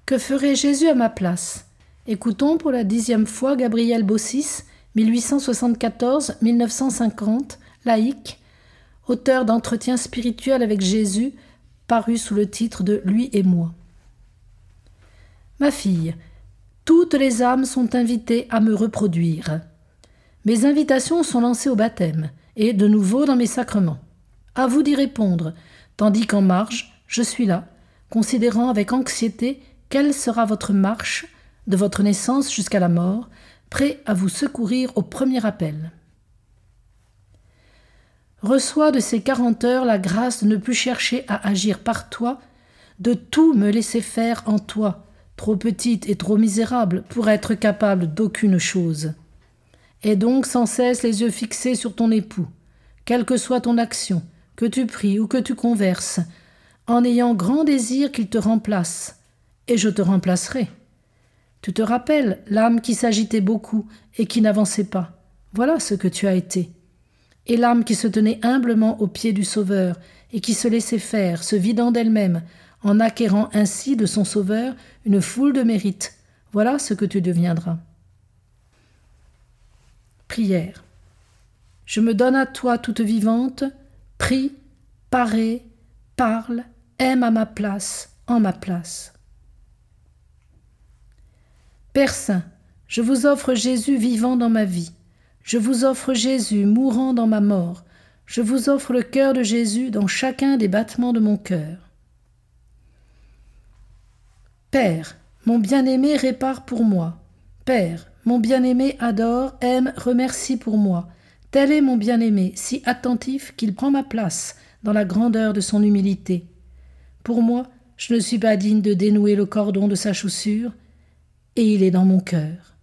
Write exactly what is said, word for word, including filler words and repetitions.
Que ferait Jésus à ma place? Écoutons pour la dixième fois Gabriel Bossis, mille huit cent soixante-quatorze à mille neuf cent cinquante, laïque, auteur d'Entretiens spirituels avec Jésus, paru sous le titre de « Lui et moi ». Ma fille, toutes les âmes sont invitées à me reproduire. Mes invitations sont lancées au baptême et de nouveau dans mes sacrements. À vous d'y répondre, tandis qu'en marge, je suis là, considérant avec anxiété quelle sera votre marche, de votre naissance jusqu'à la mort, prêt à vous secourir au premier appel. Reçois de ces quarante heures la grâce de ne plus chercher à agir par toi, de tout me laisser faire en toi, trop petite et trop misérable pour être capable d'aucune chose. Aie donc sans cesse les yeux fixés sur ton époux, quelle que soit ton action, que tu pries ou que tu converses, en ayant grand désir qu'il te remplace, et je te remplacerai. Tu te rappelles l'âme qui s'agitait beaucoup et qui n'avançait pas. Voilà ce que tu as été. Et l'âme qui se tenait humblement aux pieds du Sauveur et qui se laissait faire, se vidant d'elle-même, en acquérant ainsi de son Sauveur une foule de mérites. Voilà ce que tu deviendras. Prière. Je me donne à toi toute vivante, prie, parais, parle, aime à ma place, en ma place. Père Saint, je vous offre Jésus vivant dans ma vie. Je vous offre Jésus mourant dans ma mort. Je vous offre le cœur de Jésus dans chacun des battements de mon cœur. Père, mon bien-aimé répare pour moi. Père, mon bien-aimé adore, aime, remercie pour moi. Tel est mon bien-aimé, si attentif qu'il prend ma place dans la grandeur de son humilité. Pour moi, je ne suis pas digne de dénouer le cordon de sa chaussure, et il est dans mon cœur.